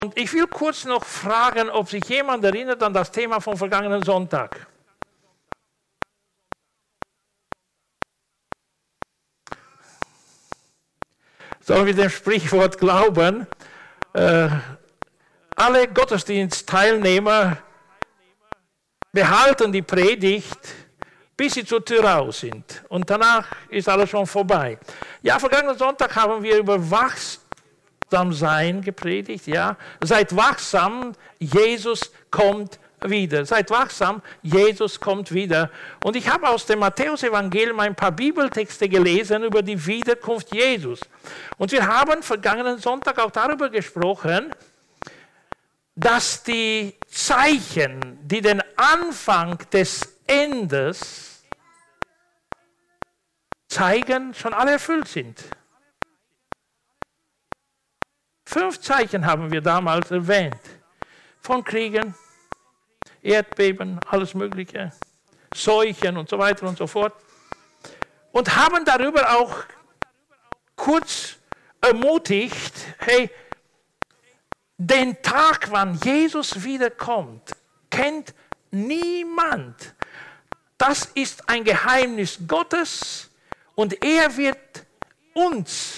Und ich will kurz noch fragen, ob sich jemand erinnert an das Thema vom vergangenen Sonntag. Sollen wir dem Sprichwort glauben? Alle Gottesdienstteilnehmer behalten die Predigt, bis sie zur Tür raus sind. Und danach ist alles schon vorbei. Ja, vergangenen Sonntag haben wir über Wachsamsein gepredigt. Ja. Seid wachsam, Jesus kommt wieder. Seid wachsam, Jesus kommt wieder. Und ich habe aus dem Matthäus-Evangelium ein paar Bibeltexte gelesen über die Wiederkunft Jesus. Und wir haben vergangenen Sonntag auch darüber gesprochen, dass die Zeichen, die den Anfang des Endes zeigen, schon alle erfüllt sind. 5 Zeichen haben wir damals erwähnt. Von Kriegen, Erdbeben, alles Mögliche, Seuchen und so weiter und so fort. Und haben darüber auch kurz ermutigt, hey, den Tag, wann Jesus wiederkommt, kennt niemand. Das ist ein Geheimnis Gottes und er wird uns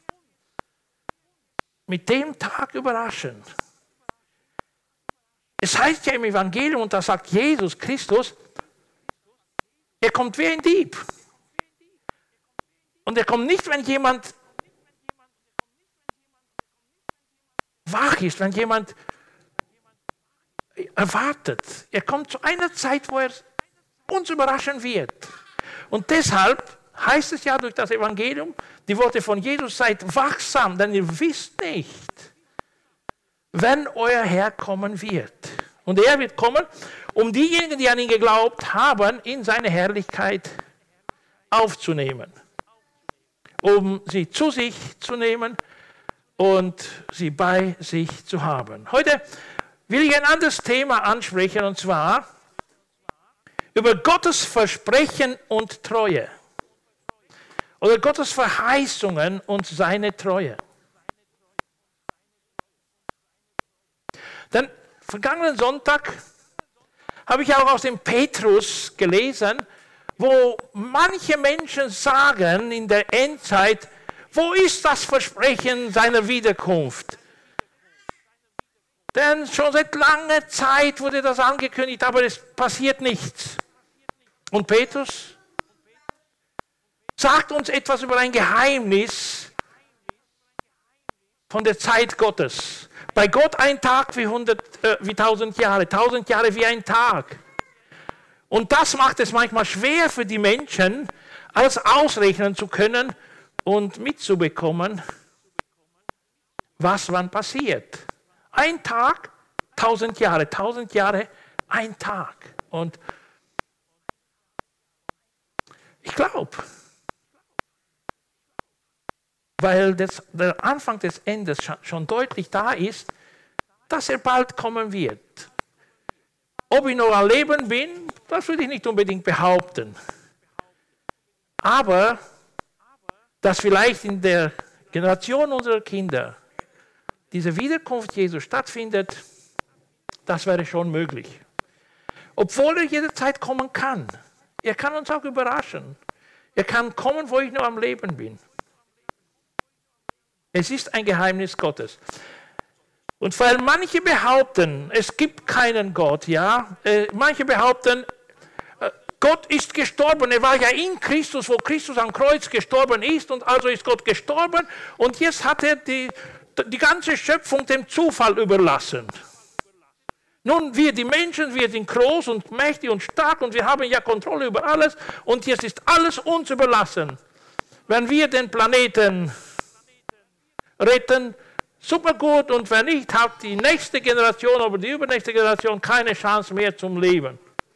mit dem Tag überraschen. Es heißt ja im Evangelium, und da sagt Jesus Christus, er kommt wie ein Dieb. Und er kommt nicht, wenn jemand wach ist, wenn jemand erwartet. Er kommt zu einer Zeit, wo er uns überraschen wird. Und deshalb heißt es ja durch das Evangelium, die Worte von Jesus, seid wachsam, denn ihr wisst nicht, wenn euer Herr kommen wird. Und er wird kommen, um diejenigen, die an ihn geglaubt haben, in seine Herrlichkeit aufzunehmen. Um sie zu sich zu nehmen und sie bei sich zu haben. Heute will ich ein anderes Thema ansprechen, und zwar über Gottes Versprechen und Treue. Oder Gottes Verheißungen und seine Treue. Denn vergangenen Sonntag habe ich auch aus dem Petrus gelesen, wo manche Menschen sagen in der Endzeit, wo ist das Versprechen seiner Wiederkunft? Denn schon seit langer Zeit wurde das angekündigt, aber es passiert nichts. Und Petrus sagt uns etwas über ein Geheimnis von der Zeit Gottes. Bei Gott ein Tag wie 1000 Jahre, 1000 Jahre wie ein Tag. Und das macht es manchmal schwer für die Menschen, alles ausrechnen zu können und mitzubekommen, was wann passiert. Ein Tag, 1000 Jahre, ein Tag. Und ich glaube, weil der Anfang des Endes schon deutlich da ist, dass er bald kommen wird. Ob ich noch am Leben bin, das würde ich nicht unbedingt behaupten. Aber, dass vielleicht in der Generation unserer Kinder diese Wiederkunft Jesu stattfindet, das wäre schon möglich. Obwohl er jederzeit kommen kann. Er kann uns auch überraschen. Er kann kommen, wo ich noch am Leben bin. Es ist ein Geheimnis Gottes. Und weil manche behaupten, es gibt keinen Gott, ja, manche behaupten, Gott ist gestorben, er war ja in Christus, wo Christus am Kreuz gestorben ist und also ist Gott gestorben und jetzt hat er die ganze Schöpfung dem Zufall überlassen. Nun, wir die Menschen, wir sind groß und mächtig und stark und wir haben ja Kontrolle über alles und jetzt ist alles uns überlassen. Wenn wir den Planeten retten, super gut, und wenn nicht, hat die nächste Generation oder die übernächste Generation keine Chance mehr zum Leben.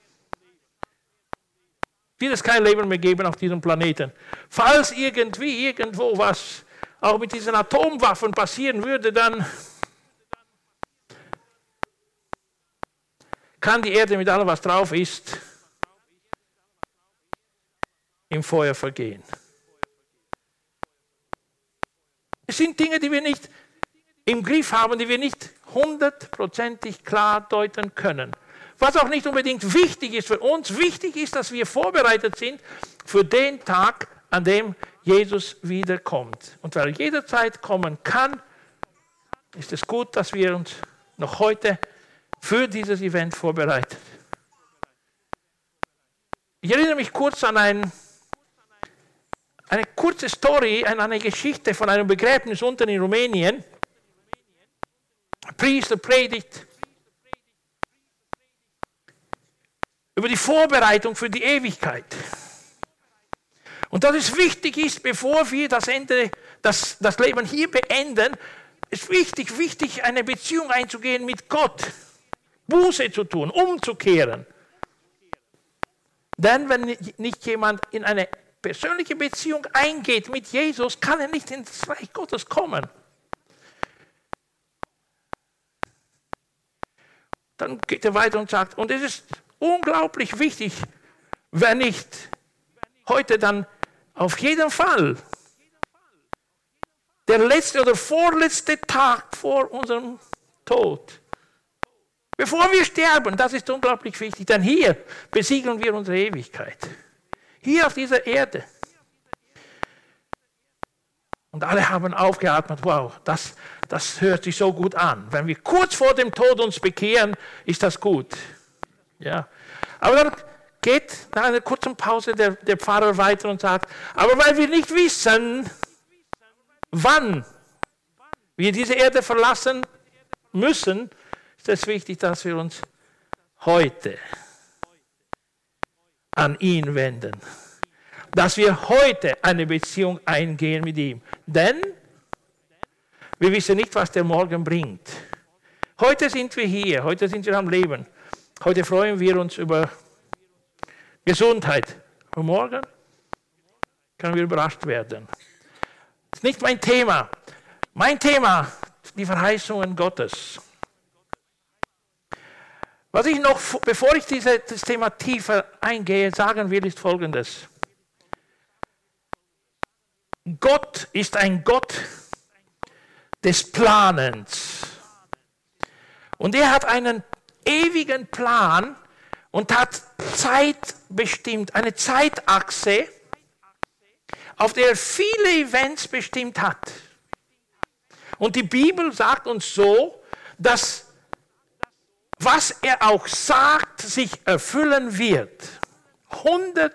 Wird es kein Leben mehr geben auf diesem Planeten. Falls irgendwo was auch mit diesen Atomwaffen passieren würde, dann kann die Erde mit allem, was drauf ist, im Feuer vergehen. Es sind Dinge, die wir nicht im Griff haben, die wir nicht hundertprozentig klar deuten können. Was auch nicht unbedingt wichtig ist für uns. Wichtig ist, dass wir vorbereitet sind für den Tag, an dem Jesus wiederkommt. Und weil er jederzeit kommen kann, ist es gut, dass wir uns noch heute für dieses Event vorbereiten. Ich erinnere mich kurz an eine kurze Story, an eine Geschichte von einem Begräbnis unten in Rumänien. Ein Priester predigt über die Vorbereitung für die Ewigkeit. Und dass es wichtig ist, bevor wir das Leben hier beenden, ist wichtig, eine Beziehung einzugehen mit Gott, Buße zu tun, umzukehren. Denn wenn nicht jemand in eine persönliche Beziehung eingeht mit Jesus, kann er nicht ins Reich Gottes kommen. Dann geht er weiter und sagt, und es ist unglaublich wichtig, wenn nicht heute, dann auf jeden Fall der letzte oder vorletzte Tag vor unserem Tod. Bevor wir sterben, das ist unglaublich wichtig, denn hier besiegeln wir unsere Ewigkeit. Hier auf dieser Erde. Und alle haben aufgeatmet, wow, das hört sich so gut an. Wenn wir kurz vor dem Tod uns bekehren, ist das gut. Ja. Aber dann geht nach einer kurzen Pause der Pfarrer weiter und sagt, aber weil wir nicht wissen, wann wir diese Erde verlassen müssen, ist es wichtig, dass wir uns heute an ihn wenden. Dass wir heute eine Beziehung eingehen mit ihm. Denn wir wissen nicht, was der Morgen bringt. Heute sind wir hier, heute sind wir am Leben. Heute freuen wir uns über Gesundheit. Aber morgen können wir überrascht werden. Das ist nicht mein Thema. Mein Thema, die Verheißungen Gottes. Was ich noch, bevor ich das Thema tiefer eingehe, sagen will, ist Folgendes. Gott ist ein Gott des Planens. Und er hat einen ewigen Plan und hat Zeit bestimmt, eine Zeitachse, auf der er viele Events bestimmt hat. Und die Bibel sagt uns so, dass was er auch sagt, sich erfüllen wird. 100%.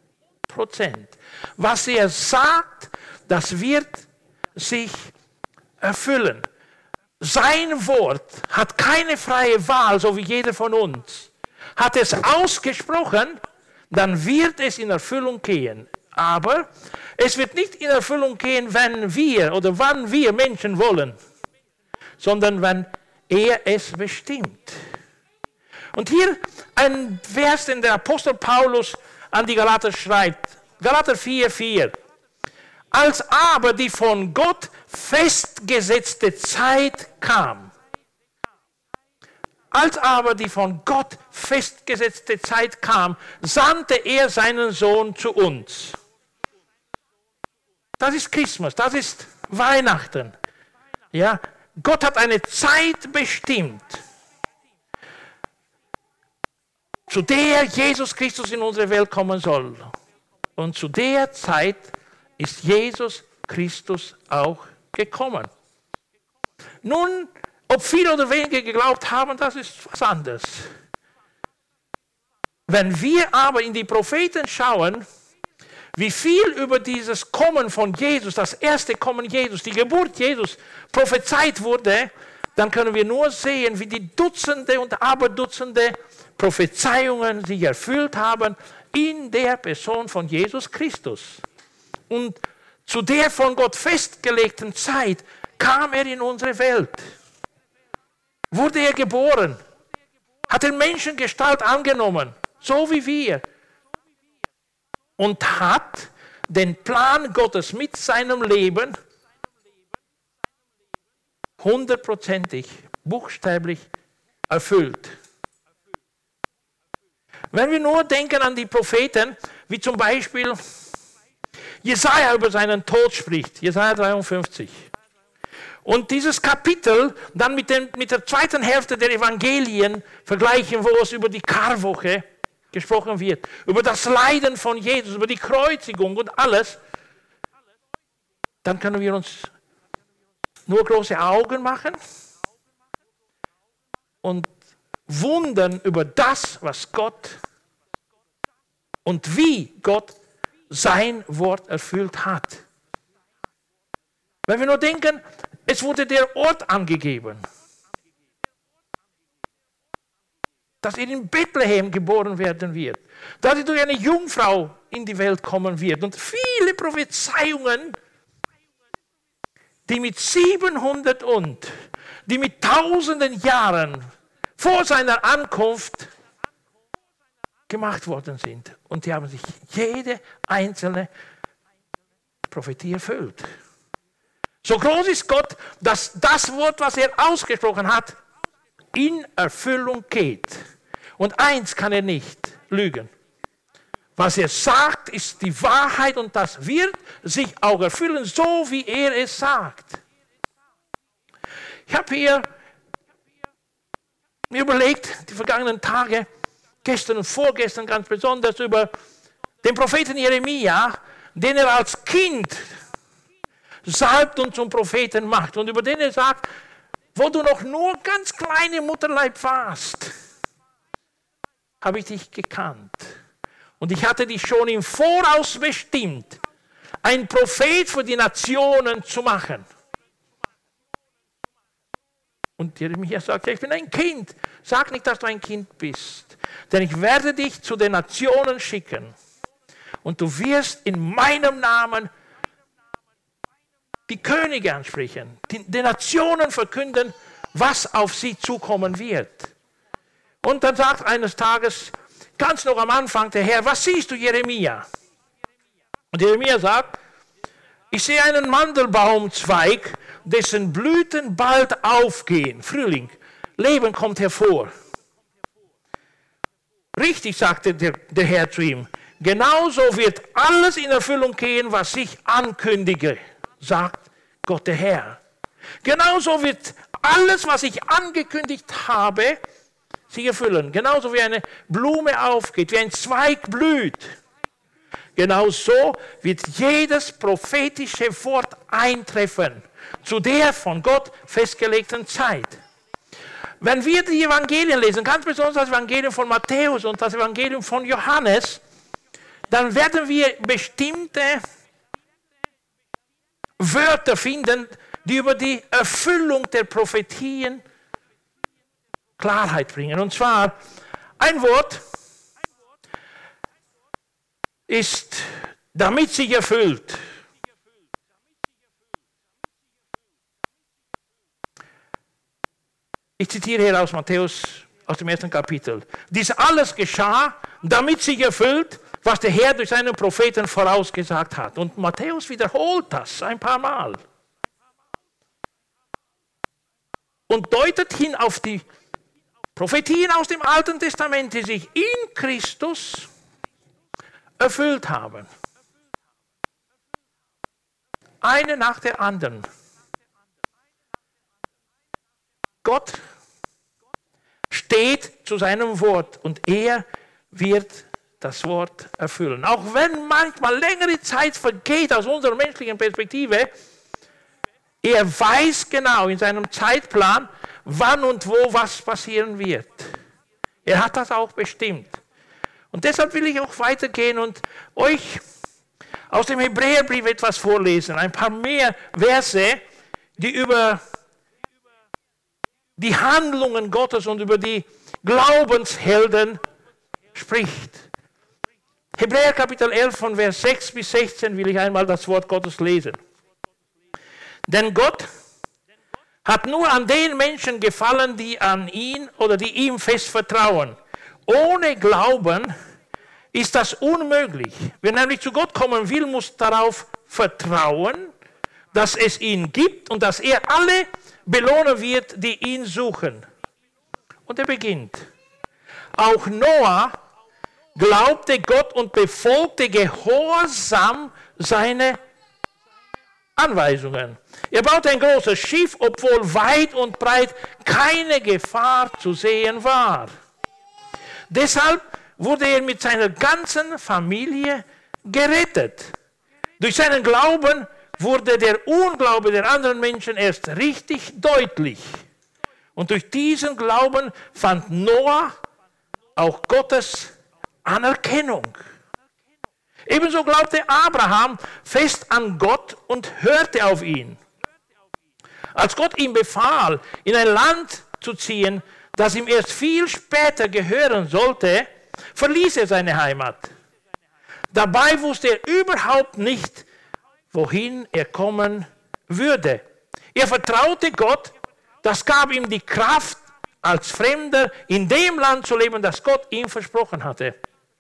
Was er sagt, das wird sich erfüllen. Sein Wort hat keine freie Wahl, so wie jeder von uns. Hat es ausgesprochen, dann wird es in Erfüllung gehen. Aber es wird nicht in Erfüllung gehen, wenn wir oder wann wir Menschen wollen, sondern wenn er es bestimmt. Und hier ein Vers, den der Apostel Paulus an die Galater schreibt. Galater 4,4. Als aber die von Gott festgesetzte Zeit kam. Als aber die von Gott festgesetzte Zeit kam, sandte er seinen Sohn zu uns. Das ist Christmas, das ist Weihnachten. Ja, Gott hat eine Zeit bestimmt, zu der Jesus Christus in unsere Welt kommen soll. Und zu der Zeit ist Jesus Christus auch gekommen. Nun, ob viele oder wenige geglaubt haben, das ist was anderes. Wenn wir aber in die Propheten schauen, wie viel über dieses Kommen von Jesus, das erste Kommen Jesus, die Geburt Jesus prophezeit wurde, dann können wir nur sehen, wie die Dutzende und Aberdutzende Prophezeiungen sich erfüllt haben in der Person von Jesus Christus. Und zu der von Gott festgelegten Zeit kam er in unsere Welt. Wurde er geboren, hat er Menschengestalt angenommen, so wie wir. Und hat den Plan Gottes mit seinem Leben 100%, buchstäblich erfüllt. Wenn wir nur denken an die Propheten, wie zum Beispiel Jesaja über seinen Tod spricht, Jesaja 53. Und dieses Kapitel dann mit der zweiten Hälfte der Evangelien vergleichen, wo es über die Karwoche gesprochen wird, über das Leiden von Jesus, über die Kreuzigung und alles, dann können wir uns nur große Augen machen und wundern über das, was Gott und wie Gott sein Wort erfüllt hat. Wenn wir nur denken, es wurde der Ort angegeben, dass er in Bethlehem geboren werden wird, dass er durch eine Jungfrau in die Welt kommen wird und viele Prophezeiungen, die mit 700 und die mit tausenden Jahren vor seiner Ankunft gemacht worden sind. Und die haben sich jede einzelne Prophetie erfüllt. So groß ist Gott, dass das Wort, was er ausgesprochen hat, in Erfüllung geht. Und eins kann er nicht lügen. Was er sagt, ist die Wahrheit und das wird sich auch erfüllen, so wie er es sagt. Ich habe hier mir überlegt, die vergangenen Tage, gestern und vorgestern ganz besonders, über den Propheten Jeremia, den er als Kind salbt und zum Propheten macht. Und über den er sagt, wo du noch nur ganz kleine Mutterleib warst, habe ich dich gekannt. Und ich hatte dich schon im Voraus bestimmt, ein Prophet für die Nationen zu machen. Und Jeremia sagt, ich bin ein Kind. Sag nicht, dass du ein Kind bist. Denn ich werde dich zu den Nationen schicken. Und du wirst in meinem Namen die Könige ansprechen, den Nationen verkünden, was auf sie zukommen wird. Und dann sagt eines Tages, ganz noch am Anfang der Herr, was siehst du, Jeremia? Und Jeremia sagt, ich sehe einen Mandelbaumzweig, dessen Blüten bald aufgehen, Frühling, Leben kommt hervor. Richtig, sagte der Herr zu ihm, genauso wird alles in Erfüllung gehen, was ich ankündige, sagt Gott der Herr. Genauso wird alles, was ich angekündigt habe, sich erfüllen. Genauso wie eine Blume aufgeht, wie ein Zweig blüht. Genauso wird jedes prophetische Wort eintreffen zu der von Gott festgelegten Zeit. Wenn wir die Evangelien lesen, ganz besonders das Evangelium von Matthäus und das Evangelium von Johannes, dann werden wir bestimmte Wörter finden, die über die Erfüllung der Prophetien Klarheit bringen. Und zwar, ein Wort ist, damit sich erfüllt. Ich zitiere hier aus Matthäus, aus dem 1. Kapitel. Dies alles geschah, damit sich erfüllt, was der Herr durch seinen Propheten vorausgesagt hat. Und Matthäus wiederholt das ein paar Mal. Und deutet hin auf die Prophetien aus dem Alten Testament, die sich in Christus erfüllt haben. Eine nach der anderen. Gott steht zu seinem Wort und er wird das Wort erfüllen. Auch wenn manchmal längere Zeit vergeht aus unserer menschlichen Perspektive, er weiß genau in seinem Zeitplan, wann und wo was passieren wird. Er hat das auch bestimmt. Und deshalb will ich auch weitergehen und euch aus dem Hebräerbrief etwas vorlesen. Ein paar mehr Verse, die über die Handlungen Gottes und über die Glaubenshelden spricht. Hebräer Kapitel 11 von Vers 6 bis 16 will ich einmal das Wort Gottes lesen. Denn Gott hat nur an den Menschen gefallen, die an ihn oder die ihm fest vertrauen. Ohne Glauben ist das unmöglich. Wer nämlich zu Gott kommen will, muss darauf vertrauen, dass es ihn gibt und dass er alle belohnen wird, die ihn suchen. Und er beginnt. Auch Noah glaubte Gott und befolgte gehorsam seine Anweisungen. Er baute ein großes Schiff, obwohl weit und breit keine Gefahr zu sehen war. Deshalb wurde er mit seiner ganzen Familie gerettet. Durch seinen Glauben wurde der Unglaube der anderen Menschen erst richtig deutlich. Und durch diesen Glauben fand Noah auch Gottes Anerkennung. Ebenso glaubte Abraham fest an Gott und hörte auf ihn. Als Gott ihm befahl, in ein Land zu ziehen, das ihm erst viel später gehören sollte, verließ er seine Heimat. Dabei wusste er überhaupt nicht, wohin er kommen würde. Er vertraute Gott, das gab ihm die Kraft, als Fremder in dem Land zu leben, das Gott ihm versprochen hatte.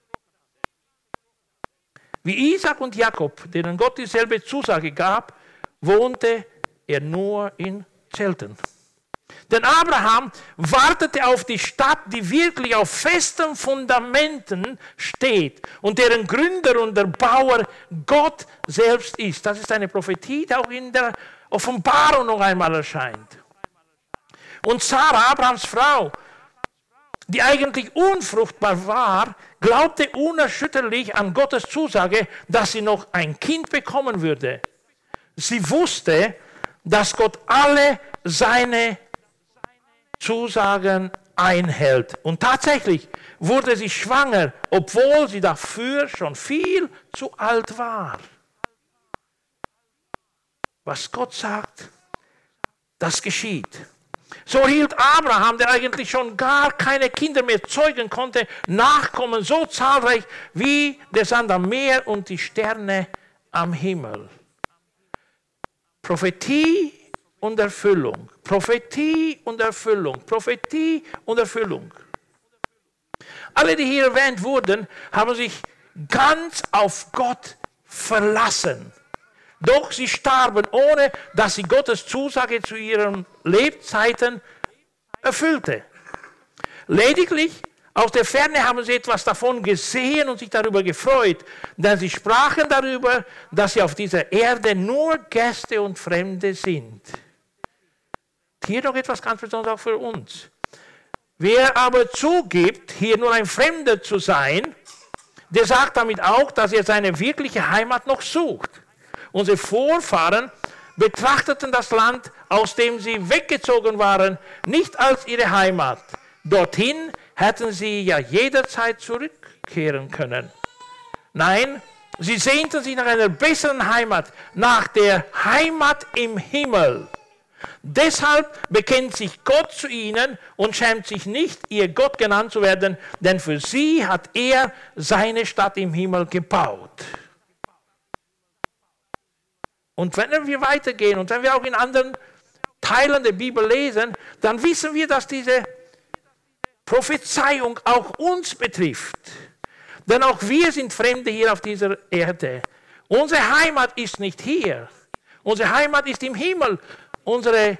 Wie Isaac und Jakob, denen Gott dieselbe Zusage gab, wohnte er nur in Zelten. Denn Abraham wartete auf die Stadt, die wirklich auf festen Fundamenten steht und deren Gründer und Erbauer Gott selbst ist. Das ist eine Prophetie, die auch in der Offenbarung noch einmal erscheint. Und Sarah, Abrahams Frau, die eigentlich unfruchtbar war, glaubte unerschütterlich an Gottes Zusage, dass sie noch ein Kind bekommen würde. Sie wusste, dass Gott alle seine Zusagen einhält. Und tatsächlich wurde sie schwanger, obwohl sie dafür schon viel zu alt war. Was Gott sagt, das geschieht. So hielt Abraham, der eigentlich schon gar keine Kinder mehr zeugen konnte, Nachkommen so zahlreich wie der Sand am Meer und die Sterne am Himmel. Prophetie und Erfüllung. Prophetie und Erfüllung. Prophetie und Erfüllung. Alle, die hier erwähnt wurden, haben sich ganz auf Gott verlassen. Doch sie starben, ohne dass sie Gottes Zusage zu ihren Lebzeiten erfüllte. Lediglich aus der Ferne haben sie etwas davon gesehen und sich darüber gefreut, denn sie sprachen darüber, dass sie auf dieser Erde nur Gäste und Fremde sind. Hier noch etwas ganz Besonderes auch für uns. Wer aber zugibt, hier nur ein Fremder zu sein, der sagt damit auch, dass er seine wirkliche Heimat noch sucht. Unsere Vorfahren betrachteten das Land, aus dem sie weggezogen waren, nicht als ihre Heimat. Dorthin hätten sie ja jederzeit zurückkehren können. Nein, sie sehnten sich nach einer besseren Heimat, nach der Heimat im Himmel. Deshalb bekennt sich Gott zu ihnen und schämt sich nicht, ihr Gott genannt zu werden, denn für sie hat er seine Stadt im Himmel gebaut. Und wenn wir weitergehen und wenn wir auch in anderen Teilen der Bibel lesen, dann wissen wir, dass diese Prophezeiung auch uns betrifft. Denn auch wir sind Fremde hier auf dieser Erde. Unsere Heimat ist nicht hier. Unsere Heimat ist im Himmel. Unsere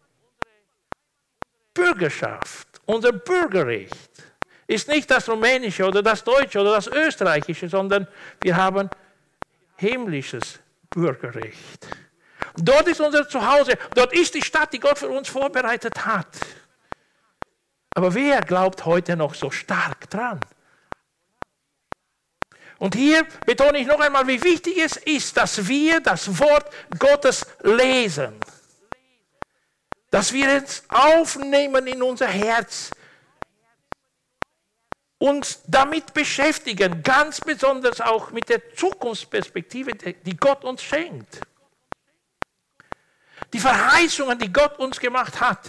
Bürgerschaft, unser Bürgerrecht ist nicht das Rumänische oder das Deutsche oder das Österreichische, sondern wir haben himmlisches Bürgerrecht. Dort ist unser Zuhause, dort ist die Stadt, die Gott für uns vorbereitet hat. Aber wer glaubt heute noch so stark dran? Und hier betone ich noch einmal, wie wichtig es ist, dass wir das Wort Gottes lesen. Dass wir es aufnehmen in unser Herz, uns damit beschäftigen, ganz besonders auch mit der Zukunftsperspektive, die Gott uns schenkt. Die Verheißungen, die Gott uns gemacht hat.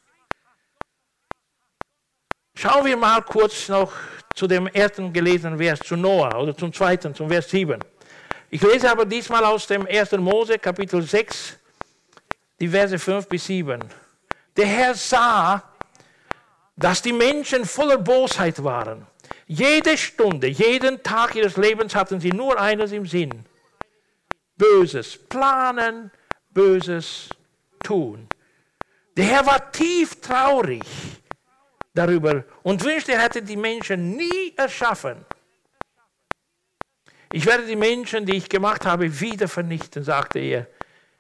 Schauen wir mal kurz noch zu dem ersten gelesenen Vers, zu Noah, oder zum zweiten, zum Vers 7. Ich lese aber diesmal aus dem 1. Mose, Kapitel 6, die Verse 5 bis 7. Der Herr sah, dass die Menschen voller Bosheit waren. Jede Stunde, jeden Tag ihres Lebens hatten sie nur eines im Sinn. Böses planen, Böses tun. Der Herr war tief traurig darüber und wünschte, er hätte die Menschen nie erschaffen. Ich werde die Menschen, die ich gemacht habe, wieder vernichten, sagte er.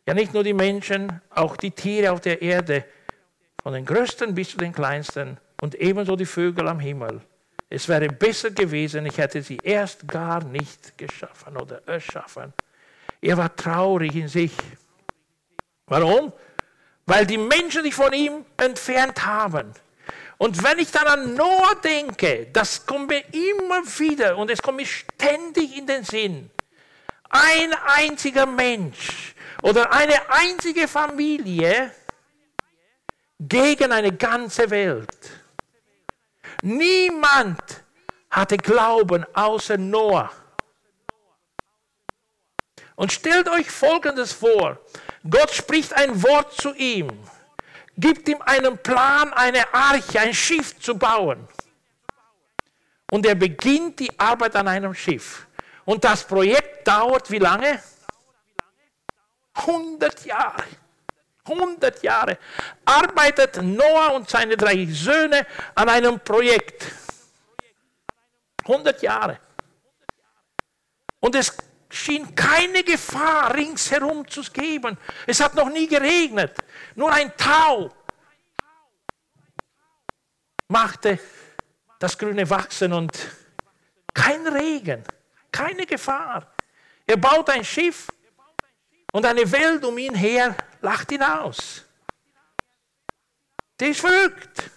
Ja, nicht nur die Menschen, auch die Tiere auf der Erde, von den größten bis zu den kleinsten und ebenso die Vögel am Himmel. Es wäre besser gewesen, ich hätte sie erst gar nicht geschaffen oder erschaffen. Er war traurig in sich. Warum? Weil die Menschen sich von ihm entfernt haben. Und wenn ich dann an Noah denke, das kommt mir immer wieder und es kommt mir ständig in den Sinn. Ein einziger Mensch oder eine einzige Familie gegen eine ganze Welt. Niemand hatte Glauben außer Noah. Und stellt euch Folgendes vor. Gott spricht ein Wort zu ihm, gibt ihm einen Plan, eine Arche, ein Schiff zu bauen. Und er beginnt die Arbeit an einem Schiff. Und das Projekt dauert wie lange? 100 Jahre. 100 Jahre arbeitet Noah und seine 3 Söhne an einem Projekt. 100 Jahre. Und es schien keine Gefahr ringsherum zu geben. Es hat noch nie geregnet. Nur ein Tau machte das Grüne wachsen und kein Regen, keine Gefahr. Er baut ein Schiff und eine Welt um ihn her lacht ihn aus. Der ist verrückt.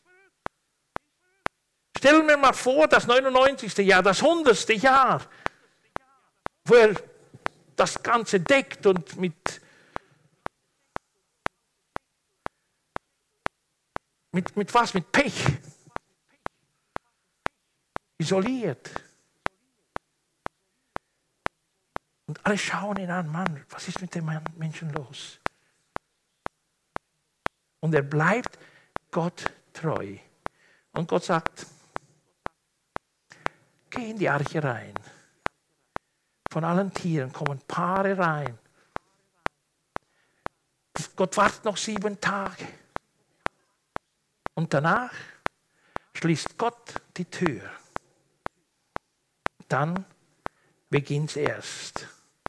Stellen wir mal vor, das 99. Jahr, das 100. Jahr, wo er das Ganze deckt und mit was? Mit Pech. Isoliert. Und alle schauen ihn an, Mann, was ist mit dem Menschen los? Und er bleibt Gott treu. Und Gott sagt, geh in die Arche rein. Von allen Tieren kommen Paare rein. Gott wartet noch 7 Tage. Und danach schließt Gott die Tür. Dann beginnt es erst.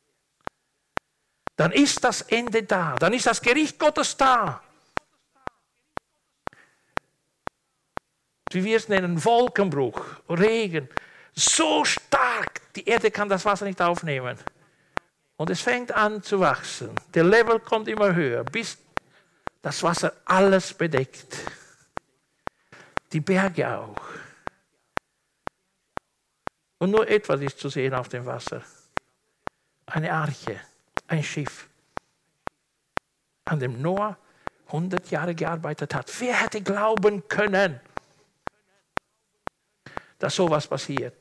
Dann ist das Ende da. Dann ist das Gericht Gottes da. Wie wir es nennen, Wolkenbruch, Regen. So stark, die Erde kann das Wasser nicht aufnehmen. Und es fängt an zu wachsen. Der Level kommt immer höher, bis das Wasser alles bedeckt. Die Berge auch. Und nur etwas ist zu sehen auf dem Wasser. Eine Arche, ein Schiff, an dem Noah 100 Jahre gearbeitet hat. Wer hätte glauben können, dass sowas passiert?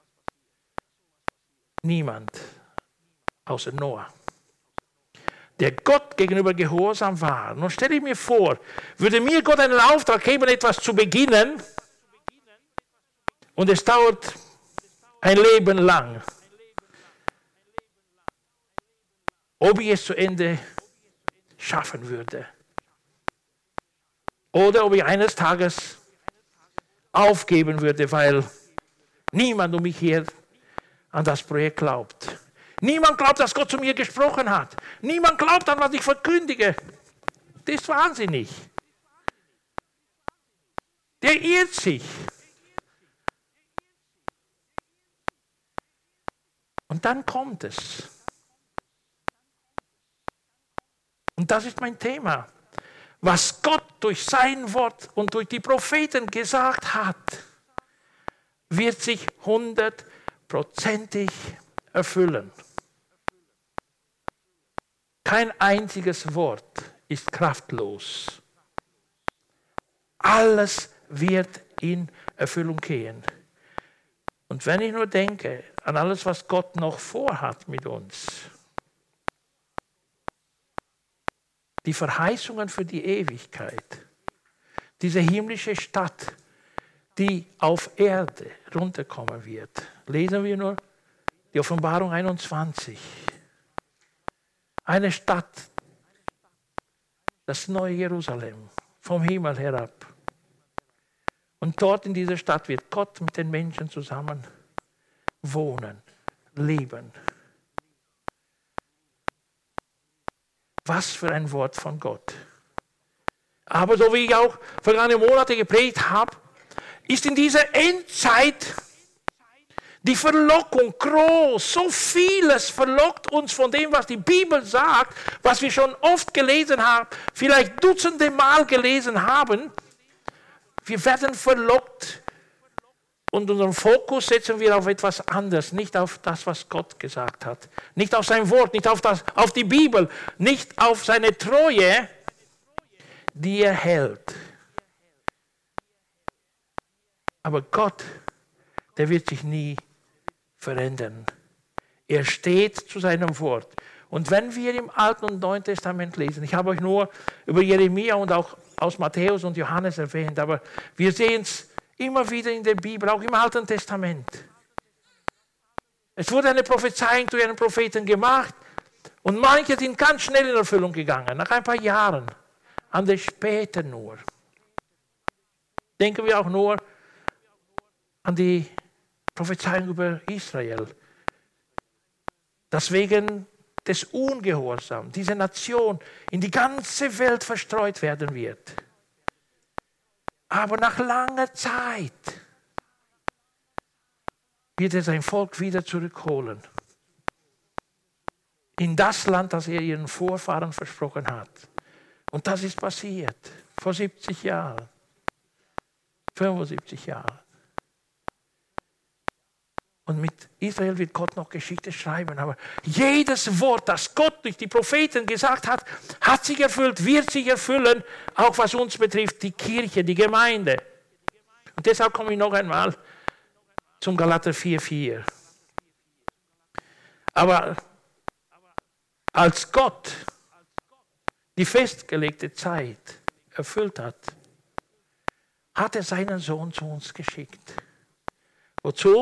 Niemand, außer Noah, der Gott gegenüber gehorsam war. Nun stelle ich mir vor, würde mir Gott einen Auftrag geben, etwas zu beginnen, und es dauert ein Leben lang, ob ich es zu Ende schaffen würde. Oder ob ich eines Tages aufgeben würde, weil niemand um mich her an das Projekt glaubt. Niemand glaubt, dass Gott zu mir gesprochen hat. Niemand glaubt an, was ich verkündige. Das ist wahnsinnig. Der irrt sich. Und dann kommt es. Und das ist mein Thema. Was Gott durch sein Wort und durch die Propheten gesagt hat, wird sich 100%ig erfüllen. Kein einziges Wort ist kraftlos. Alles wird in Erfüllung gehen. Und wenn ich nur denke an alles, was Gott noch vorhat mit uns, die Verheißungen für die Ewigkeit, diese himmlische Stadt, die auf Erde runterkommen wird, lesen wir nur die Offenbarung 21. Eine Stadt, das neue Jerusalem, vom Himmel herab. Und dort in dieser Stadt wird Gott mit den Menschen zusammen wohnen, leben. Was für ein Wort von Gott. Aber so wie ich auch vergangene Monate gepredigt habe, ist in dieser Endzeit die Verlockung groß. So vieles verlockt uns von dem, was die Bibel sagt, was wir schon oft gelesen haben, vielleicht dutzende Mal gelesen haben. Wir werden verlockt und unseren Fokus setzen wir auf etwas anderes, nicht auf das, was Gott gesagt hat. Nicht auf sein Wort, nicht auf die Bibel, nicht auf seine Treue, die er hält. Aber Gott, der wird sich nie verändern. Er steht zu seinem Wort. Und wenn wir im Alten und Neuen Testament lesen, ich habe euch nur über Jeremia und auch aus Matthäus und Johannes erwähnt, aber wir sehen es immer wieder in der Bibel, auch im Alten Testament. Es wurde eine Prophezeiung durch einen Propheten gemacht und manche sind ganz schnell in Erfüllung gegangen, nach ein paar Jahren, andere später nur. Denken wir auch nur an die Prophezeiung über Israel, dass wegen des Ungehorsams diese Nation in die ganze Welt verstreut werden wird. Aber nach langer Zeit wird er sein Volk wieder zurückholen. In das Land, das er ihren Vorfahren versprochen hat. Und das ist passiert vor 70 Jahren, 75 Jahren. Und mit Israel wird Gott noch Geschichte schreiben. Aber jedes Wort, das Gott durch die Propheten gesagt hat, hat sich erfüllt, wird sich erfüllen, auch was uns betrifft, die Kirche, die Gemeinde. Und deshalb komme ich noch einmal zum Galater 4,4. Aber als Gott die festgelegte Zeit erfüllt hat, hat er seinen Sohn zu uns geschickt. Wozu?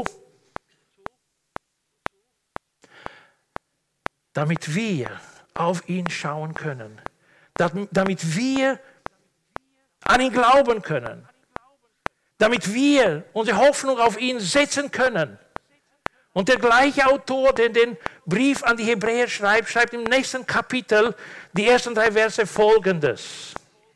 Damit wir auf ihn schauen können. Damit wir an ihn glauben können. Damit wir unsere Hoffnung auf ihn setzen können. Und der gleiche Autor, der den Brief an die Hebräer schreibt, schreibt im nächsten Kapitel die ersten 3 Verse Folgendes.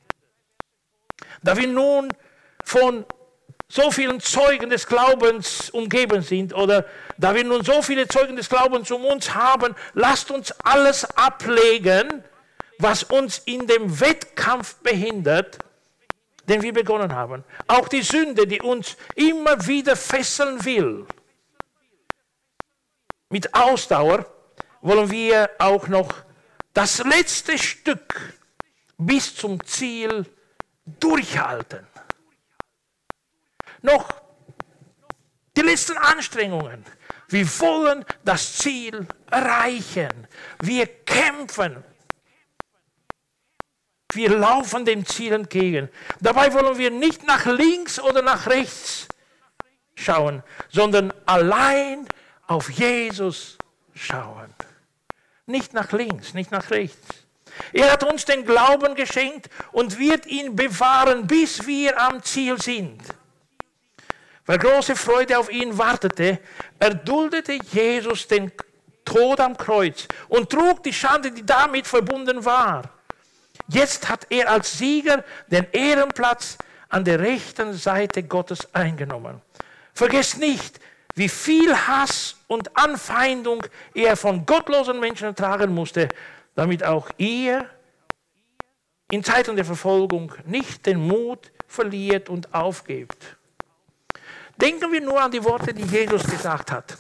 Da wir nun von so vielen Zeugen des Glaubens umgeben sind oder da wir nun so viele Zeugen des Glaubens um uns haben, lasst uns alles ablegen, was uns in dem Wettkampf behindert, den wir begonnen haben. Auch die Sünde, die uns immer wieder fesseln will. Mit Ausdauer wollen wir auch noch das letzte Stück bis zum Ziel durchhalten. Noch die letzten Anstrengungen. Wir wollen das Ziel erreichen. Wir kämpfen. Wir laufen dem Ziel entgegen. Dabei wollen wir nicht nach links oder nach rechts schauen, sondern allein auf Jesus schauen. Nicht nach links, nicht nach rechts. Er hat uns den Glauben geschenkt und wird ihn bewahren, bis wir am Ziel sind. Weil große Freude auf ihn wartete, erduldete Jesus den Tod am Kreuz und trug die Schande, die damit verbunden war. Jetzt hat er als Sieger den Ehrenplatz an der rechten Seite Gottes eingenommen. Vergesst nicht, wie viel Hass und Anfeindung er von gottlosen Menschen ertragen musste, damit auch ihr in Zeiten der Verfolgung nicht den Mut verliert und aufgebt. Denken wir nur an die Worte, die Jesus gesagt hat.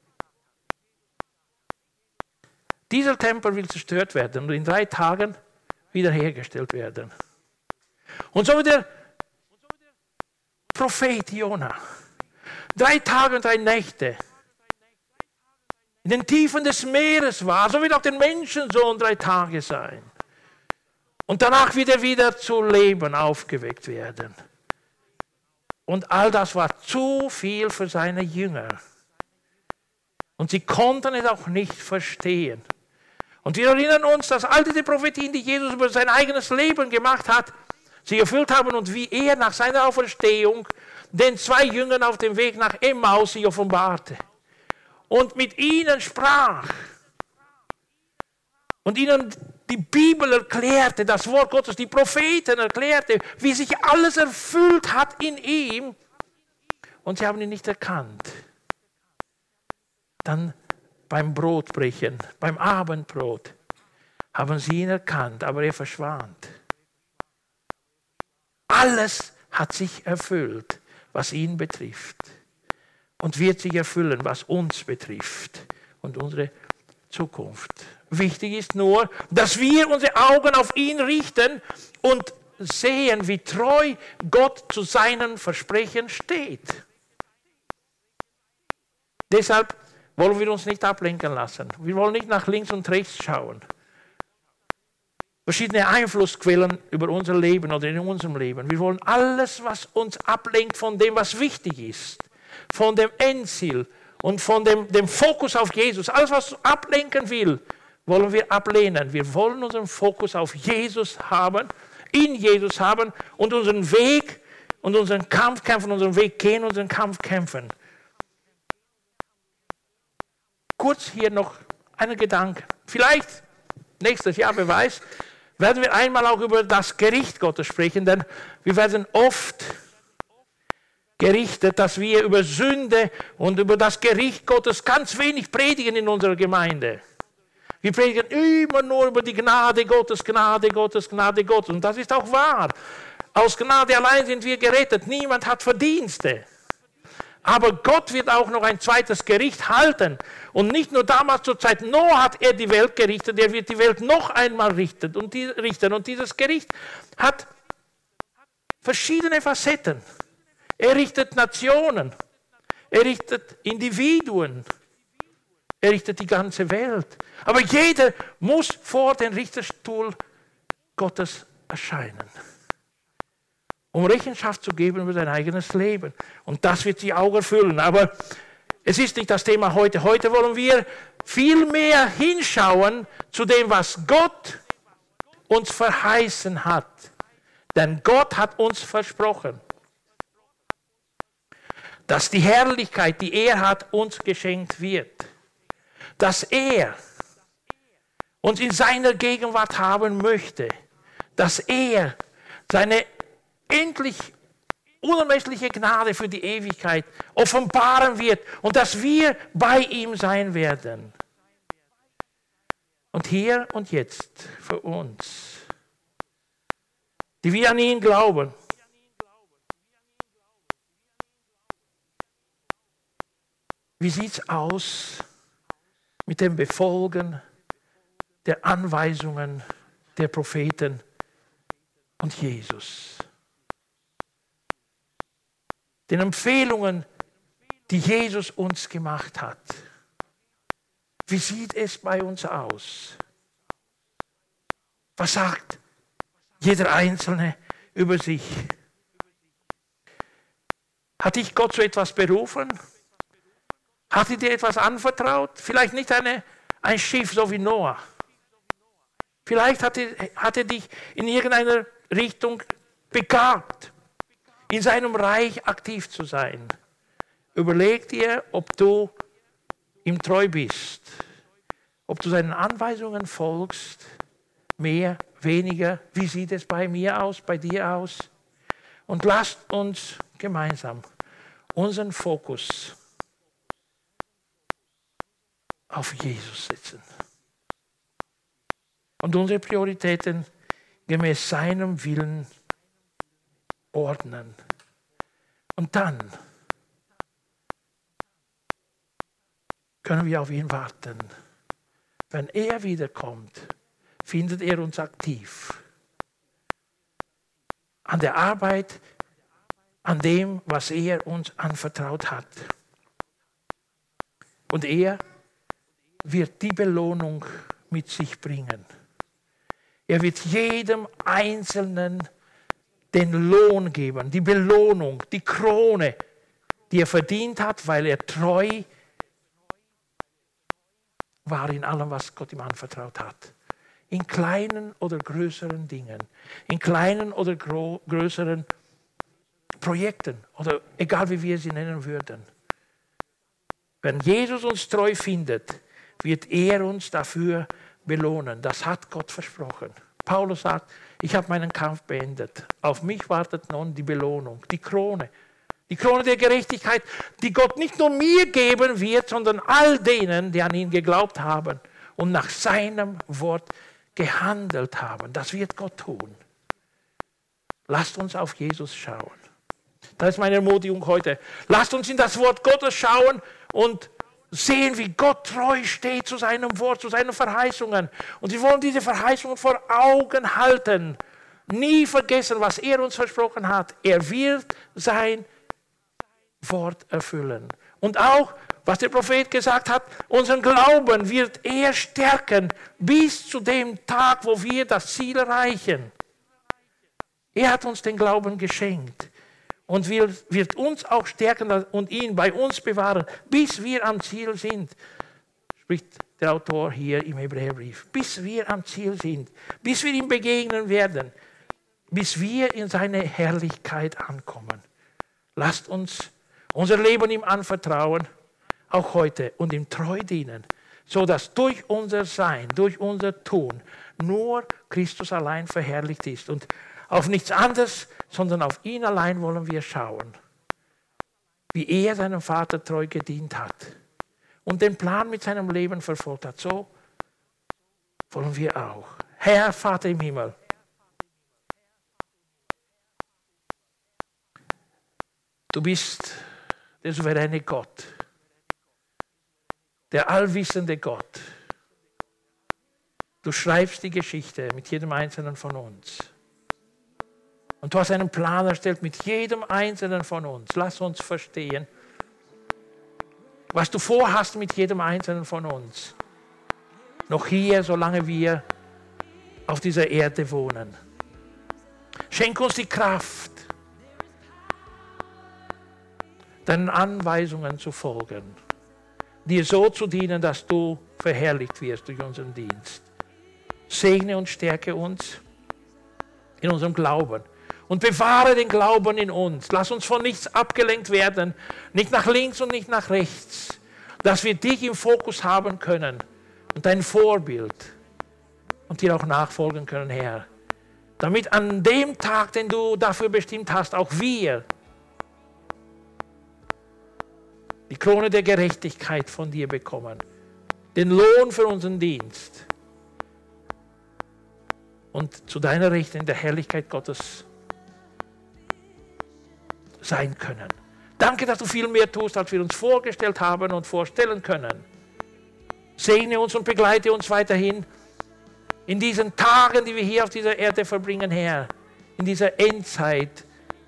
Dieser Tempel will zerstört werden und in 3 Tagen wiederhergestellt werden. Und so wie der Prophet Jona 3 Tage und 3 Nächte in den Tiefen des Meeres war, so wird auch der Menschensohn 3 Tage sein. Und danach wieder zu Leben aufgeweckt werden. Und all das war zu viel für seine Jünger. Und sie konnten es auch nicht verstehen. Und wir erinnern uns, dass all diese Prophetien, die Jesus über sein eigenes Leben gemacht hat, sich erfüllt haben und wie er nach seiner Auferstehung den 2 Jüngern auf dem Weg nach Emmaus sich offenbarte. Und mit ihnen sprach. Und ihnen die Bibel erklärte, das Wort Gottes, die Propheten erklärte, wie sich alles erfüllt hat in ihm. Und sie haben ihn nicht erkannt. Dann beim Brotbrechen, beim Abendbrot, haben sie ihn erkannt, aber er verschwand. Alles hat sich erfüllt, was ihn betrifft. Und wird sich erfüllen, was uns betrifft und unsere Zukunft. Wichtig ist nur, dass wir unsere Augen auf ihn richten und sehen, wie treu Gott zu seinen Versprechen steht. Deshalb wollen wir uns nicht ablenken lassen. Wir wollen nicht nach links und rechts schauen. Verschiedene Einflussquellen über unser Leben oder in unserem Leben. Wir wollen alles, was uns ablenkt von dem, was wichtig ist, von dem Endziel und von dem Fokus auf Jesus. Alles, was uns ablenken will, wollen wir ablehnen. Wir wollen unseren Fokus auf Jesus haben, in Jesus haben und unseren Weg und unseren Kampf kämpfen, unseren Weg gehen, unseren Kampf kämpfen. Kurz hier noch einen Gedanke. Vielleicht nächstes Jahr, wer weiß, werden wir einmal auch über das Gericht Gottes sprechen, denn wir werden oft gerichtet, dass wir über Sünde und über das Gericht Gottes ganz wenig predigen in unserer Gemeinde. Wir predigen immer nur über die Gnade Gottes, Gnade Gottes, Gnade Gottes. Und das ist auch wahr. Aus Gnade allein sind wir gerettet. Niemand hat Verdienste. Aber Gott wird auch noch ein zweites Gericht halten. Und nicht nur damals zur Zeit Noah hat er die Welt gerichtet, er wird die Welt noch einmal richten. Und dieses Gericht hat verschiedene Facetten. Er richtet Nationen, er richtet Individuen, er richtet die ganze Welt. Aber jeder muss vor den Richterstuhl Gottes erscheinen, um Rechenschaft zu geben über sein eigenes Leben. Und das wird sich auch erfüllen. Aber es ist nicht das Thema heute. Heute wollen wir viel mehr hinschauen zu dem, was Gott uns verheißen hat. Denn Gott hat uns versprochen, dass die Herrlichkeit, die er hat, uns geschenkt wird. Dass er uns in seiner Gegenwart haben möchte. Dass er seine endlich unermessliche Gnade für die Ewigkeit offenbaren wird und dass wir bei ihm sein werden. Und hier und jetzt für uns, die wir an ihn glauben, wie sieht es aus mit dem Befolgen der Anweisungen der Propheten und Jesus? Den Empfehlungen, die Jesus uns gemacht hat. Wie sieht es bei uns aus? Was sagt jeder Einzelne über sich? Hat dich Gott zu etwas berufen? Hat er dir etwas anvertraut? Vielleicht nicht ein Schiff, so wie Noah. Vielleicht hat er dich in irgendeiner Richtung begabt, in seinem Reich aktiv zu sein. Überleg dir, ob du ihm treu bist, ob du seinen Anweisungen folgst, mehr, weniger. Wie sieht es bei mir aus, bei dir aus? Und lasst uns gemeinsam unseren Fokus auf Jesus setzen und unsere Prioritäten gemäß seinem Willen ordnen. Und dann können wir auf ihn warten. Wenn er wiederkommt, findet er uns aktiv an der Arbeit, an dem, was er uns anvertraut hat. Und er wird die Belohnung mit sich bringen. Er wird jedem Einzelnen den Lohn geben, die Belohnung, die Krone, die er verdient hat, weil er treu war in allem, was Gott ihm anvertraut hat. In kleinen oder größeren Dingen, in kleinen oder größeren Projekten oder egal wie wir sie nennen würden. Wenn Jesus uns treu findet, wird er uns dafür belohnen. Das hat Gott versprochen. Paulus sagt, ich habe meinen Kampf beendet. Auf mich wartet nun die Belohnung, die Krone. Die Krone der Gerechtigkeit, die Gott nicht nur mir geben wird, sondern all denen, die an ihn geglaubt haben und nach seinem Wort gehandelt haben. Das wird Gott tun. Lasst uns auf Jesus schauen. Das ist meine Ermutigung heute. Lasst uns in das Wort Gottes schauen und sehen, wie Gott treu steht zu seinem Wort, zu seinen Verheißungen. Und wir wollen diese Verheißungen vor Augen halten. Nie vergessen, was er uns versprochen hat. Er wird sein Wort erfüllen. Und auch, was der Prophet gesagt hat, unseren Glauben wird er stärken bis zu dem Tag, wo wir das Ziel erreichen. Er hat uns den Glauben geschenkt und wird uns auch stärken und ihn bei uns bewahren, bis wir am Ziel sind, spricht der Autor hier im Hebräerbrief. Bis wir am Ziel sind, bis wir ihm begegnen werden, bis wir in seine Herrlichkeit ankommen. Lasst uns unser Leben ihm anvertrauen, auch heute, und ihm treu dienen, sodass durch unser Sein, durch unser Tun nur Christus allein verherrlicht ist. Und auf nichts anderes, sondern auf ihn allein wollen wir schauen, wie er seinem Vater treu gedient hat und den Plan mit seinem Leben verfolgt hat. So wollen wir auch. Herr, Vater im Himmel, du bist der souveräne Gott, der allwissende Gott. Du schreibst die Geschichte mit jedem Einzelnen von uns. Und du hast einen Plan erstellt mit jedem Einzelnen von uns. Lass uns verstehen, was du vorhast mit jedem Einzelnen von uns. Noch hier, solange wir auf dieser Erde wohnen. Schenk uns die Kraft, deinen Anweisungen zu folgen, dir so zu dienen, dass du verherrlicht wirst durch unseren Dienst. Segne und stärke uns in unserem Glauben und bewahre den Glauben in uns. Lass uns von nichts abgelenkt werden, nicht nach links und nicht nach rechts, dass wir dich im Fokus haben können und dein Vorbild und dir auch nachfolgen können, Herr. Damit an dem Tag, den du dafür bestimmt hast, auch wir die Krone der Gerechtigkeit von dir bekommen, den Lohn für unseren Dienst und zu deiner Rechten in der Herrlichkeit Gottes sein können. Danke, dass du viel mehr tust, als wir uns vorgestellt haben und vorstellen können. Segne uns und begleite uns weiterhin in diesen Tagen, die wir hier auf dieser Erde verbringen, Herr, in dieser Endzeit.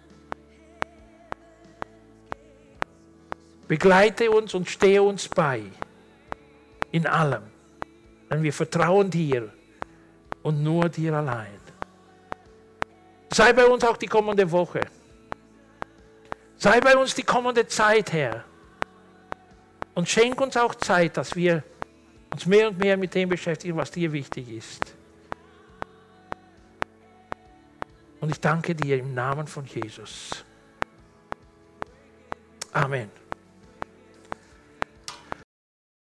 Begleite uns und stehe uns bei in allem, denn wir vertrauen dir und nur dir allein. Sei bei uns auch die kommende Woche. Sei bei uns die kommende Zeit, Herr. Und schenk uns auch Zeit, dass wir uns mehr und mehr mit dem beschäftigen, was dir wichtig ist. Und ich danke dir im Namen von Jesus. Amen.